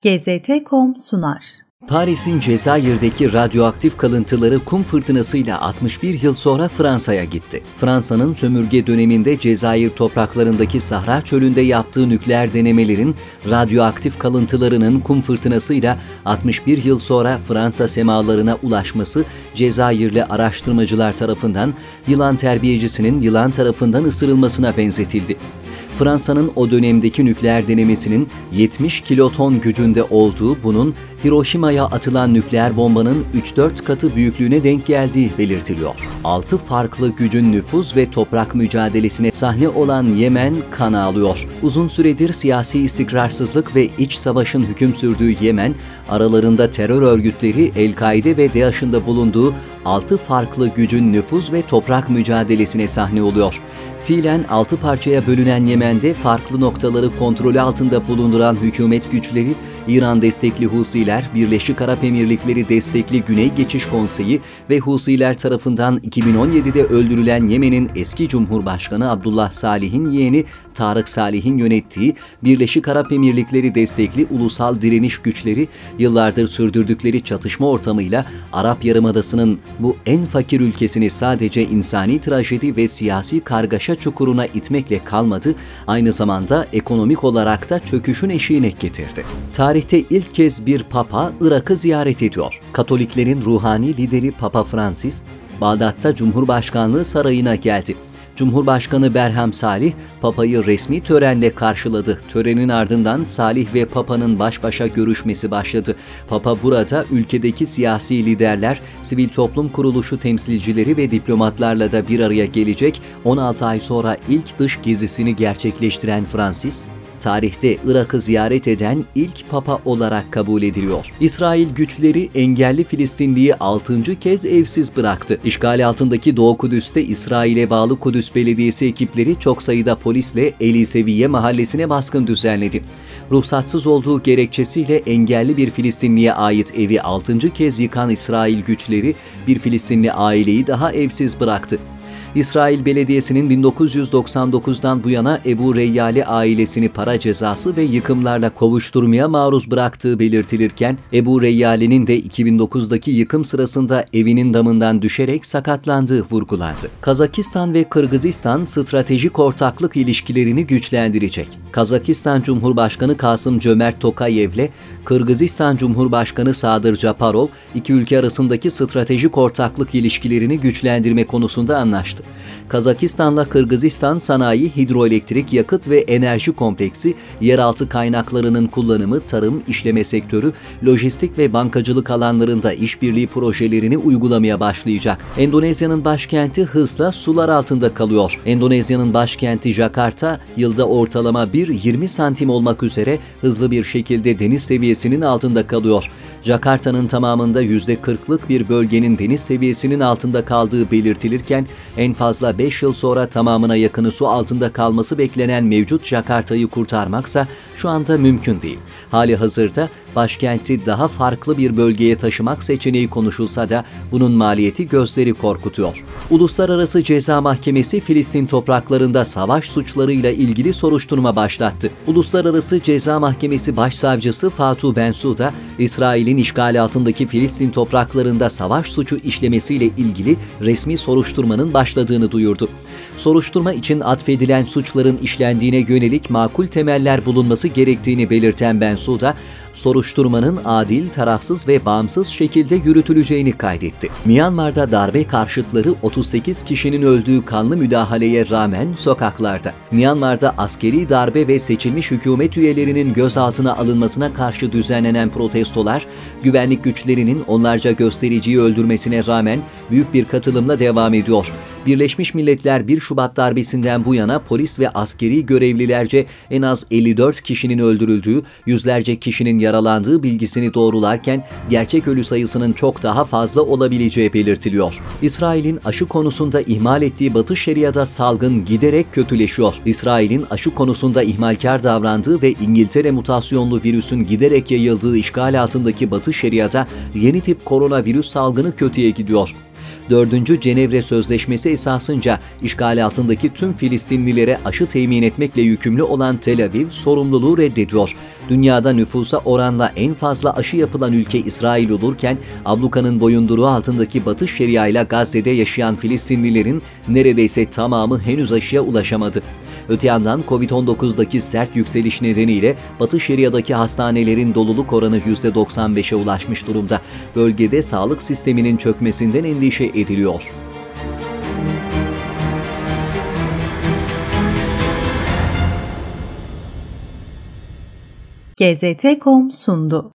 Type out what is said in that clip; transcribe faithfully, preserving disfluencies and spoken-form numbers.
G Z T nokta com sunar. Paris'in Cezayir'deki radyoaktif kalıntıları kum fırtınasıyla altmış bir yıl sonra Fransa'ya gitti. Fransa'nın sömürge döneminde Cezayir topraklarındaki Sahra Çölü'nde yaptığı nükleer denemelerin radyoaktif kalıntılarının kum fırtınasıyla altmış bir yıl sonra Fransa semalarına ulaşması Cezayirli araştırmacılar tarafından yılan terbiyecisinin yılan tarafından ısırılmasına benzetildi. Fransa'nın o dönemdeki nükleer denemesinin yetmiş kiloton gücünde olduğu, bunun Hiroşima'ya atılan nükleer bombanın üç dört katı büyüklüğüne denk geldiği belirtiliyor. altı farklı gücün nüfuz ve toprak mücadelesine sahne olan Yemen kan ağlıyor. Uzun süredir siyasi istikrarsızlık ve iç savaşın hüküm sürdüğü Yemen, aralarında terör örgütleri El-Kaide ve DAEŞ'ın da bulunduğu altı farklı gücün nüfuz ve toprak mücadelesine sahne oluyor. Fiilen altı parçaya bölünen Yemen'de farklı noktaları kontrolü altında bulunduran hükümet güçleri, İran destekli Husiler, Birleşik Arap Emirlikleri destekli Güney Geçiş Konseyi ve Husiler tarafından iki bin on yedide öldürülen Yemen'in eski Cumhurbaşkanı Abdullah Salih'in yeğeni Tarık Salih'in yönettiği Birleşik Arap Emirlikleri destekli ulusal direniş güçleri, yıllardır sürdürdükleri çatışma ortamıyla Arap Yarımadası'nın bu en fakir ülkesini sadece insani trajedi ve siyasi kargaşa çukuruna itmekle kalmadı, aynı zamanda ekonomik olarak da çöküşün eşiğine getirdi. Tarihte ilk kez bir papa Irak'ı ziyaret ediyor. Katoliklerin ruhani lideri Papa Francis, Bağdat'ta Cumhurbaşkanlığı sarayına geldi. Cumhurbaşkanı Berham Salih, Papa'yı resmi törenle karşıladı. Törenin ardından Salih ve Papa'nın baş başa görüşmesi başladı. Papa burada ülkedeki siyasi liderler, sivil toplum kuruluşu temsilcileri ve diplomatlarla da bir araya gelecek. on altı ay sonra ilk dış gezisini gerçekleştiren Francis, tarihte Irak'ı ziyaret eden ilk papa olarak kabul ediliyor. İsrail güçleri engelli Filistinliyi altıncı kez evsiz bıraktı. İşgal altındaki Doğu Kudüs'te İsrail'e bağlı Kudüs Belediyesi ekipleri çok sayıda polisle Eli Seviye mahallesine baskın düzenledi. Ruhsatsız olduğu gerekçesiyle engelli bir Filistinliye ait evi altıncı kez yıkan İsrail güçleri bir Filistinli aileyi daha evsiz bıraktı. İsrail Belediyesi'nin bin dokuz yüz doksan dokuzdan bu yana Ebu Reyyali ailesini para cezası ve yıkımlarla kovuşturmaya maruz bıraktığı belirtilirken, Ebu Reyyali'nin de iki bin dokuzdaki yıkım sırasında evinin damından düşerek sakatlandığı vurgulandı. Kazakistan ve Kırgızistan stratejik ortaklık ilişkilerini güçlendirecek. Kazakistan Cumhurbaşkanı Kasım-Cömert Tokayev'le Kırgızistan Cumhurbaşkanı Sadır Japarov, iki ülke arasındaki stratejik ortaklık ilişkilerini güçlendirme konusunda anlaştı. Kazakistan'la Kırgızistan sanayi, hidroelektrik, yakıt ve enerji kompleksi, yeraltı kaynaklarının kullanımı, tarım, işleme sektörü, lojistik ve bankacılık alanlarında işbirliği projelerini uygulamaya başlayacak. Endonezya'nın başkenti hızla sular altında kalıyor. Endonezya'nın başkenti Jakarta, yılda ortalama bir virgül yirmi santim olmak üzere hızlı bir şekilde deniz seviyesinin altında kalıyor. Jakarta'nın tamamında yüzde kırklık bir bölgenin deniz seviyesinin altında kaldığı belirtilirken, en fazla beş yıl sonra tamamına yakını su altında kalması beklenen mevcut Jakarta'yı kurtarmaksa şu anda mümkün değil. Hali hazırda başkenti daha farklı bir bölgeye taşımak seçeneği konuşulsa da bunun maliyeti gözleri korkutuyor. Uluslararası Ceza Mahkemesi Filistin topraklarında savaş suçlarıyla ilgili soruşturma başlattı. Uluslararası Ceza Mahkemesi Başsavcısı Fatou Bensouda, İsrail'in işgal altındaki Filistin topraklarında savaş suçu işlemesiyle ilgili resmi soruşturmanın başladığını duyurdu. Soruşturma için atfedilen suçların işlendiğine yönelik makul temeller bulunması gerektiğini belirten Bensouda, soruşturmanın adil, tarafsız ve bağımsız şekilde yürütüleceğini kaydetti. Myanmar'da darbe karşıtları otuz sekiz kişinin öldüğü kanlı müdahaleye rağmen sokaklarda. Myanmar'da askeri darbe ve seçilmiş hükümet üyelerinin gözaltına alınmasına karşı düzenlenen protestolar, güvenlik güçlerinin onlarca göstericiyi öldürmesine rağmen büyük bir katılımla devam ediyor. Birleşmiş Milletler bir Şubat darbesinden bu yana polis ve askeri görevlilerce en az elli dört kişinin öldürüldüğü, yüzlerce kişinin yaralandığı bilgisini doğrularken gerçek ölü sayısının çok daha fazla olabileceği belirtiliyor. İsrail'in aşı konusunda ihmal ettiği Batı Şeria'da salgın giderek kötüleşiyor. İsrail'in aşı konusunda ihmalkar davrandığı ve İngiltere mutasyonlu virüsün giderek yayıldığı işgal altındaki Batı Şeria'da yeni tip koronavirüs salgını kötüye gidiyor. dördüncü Cenevre Sözleşmesi esasınca işgal altındaki tüm Filistinlilere aşı temin etmekle yükümlü olan Tel Aviv sorumluluğu reddediyor. Dünyada nüfusa oranla en fazla aşı yapılan ülke İsrail olurken, ablukanın boyunduruğu altındaki Batı Şeria ile Gazze'de yaşayan Filistinlilerin neredeyse tamamı henüz aşıya ulaşamadı. Öte yandan kovid on dokuzdaki sert yükseliş nedeniyle Batı Şeria'daki hastanelerin doluluk oranı yüzde doksan beşe ulaşmış durumda. Bölgede sağlık sisteminin çökmesinden endişe ediliyor. G Z T nokta com sundu.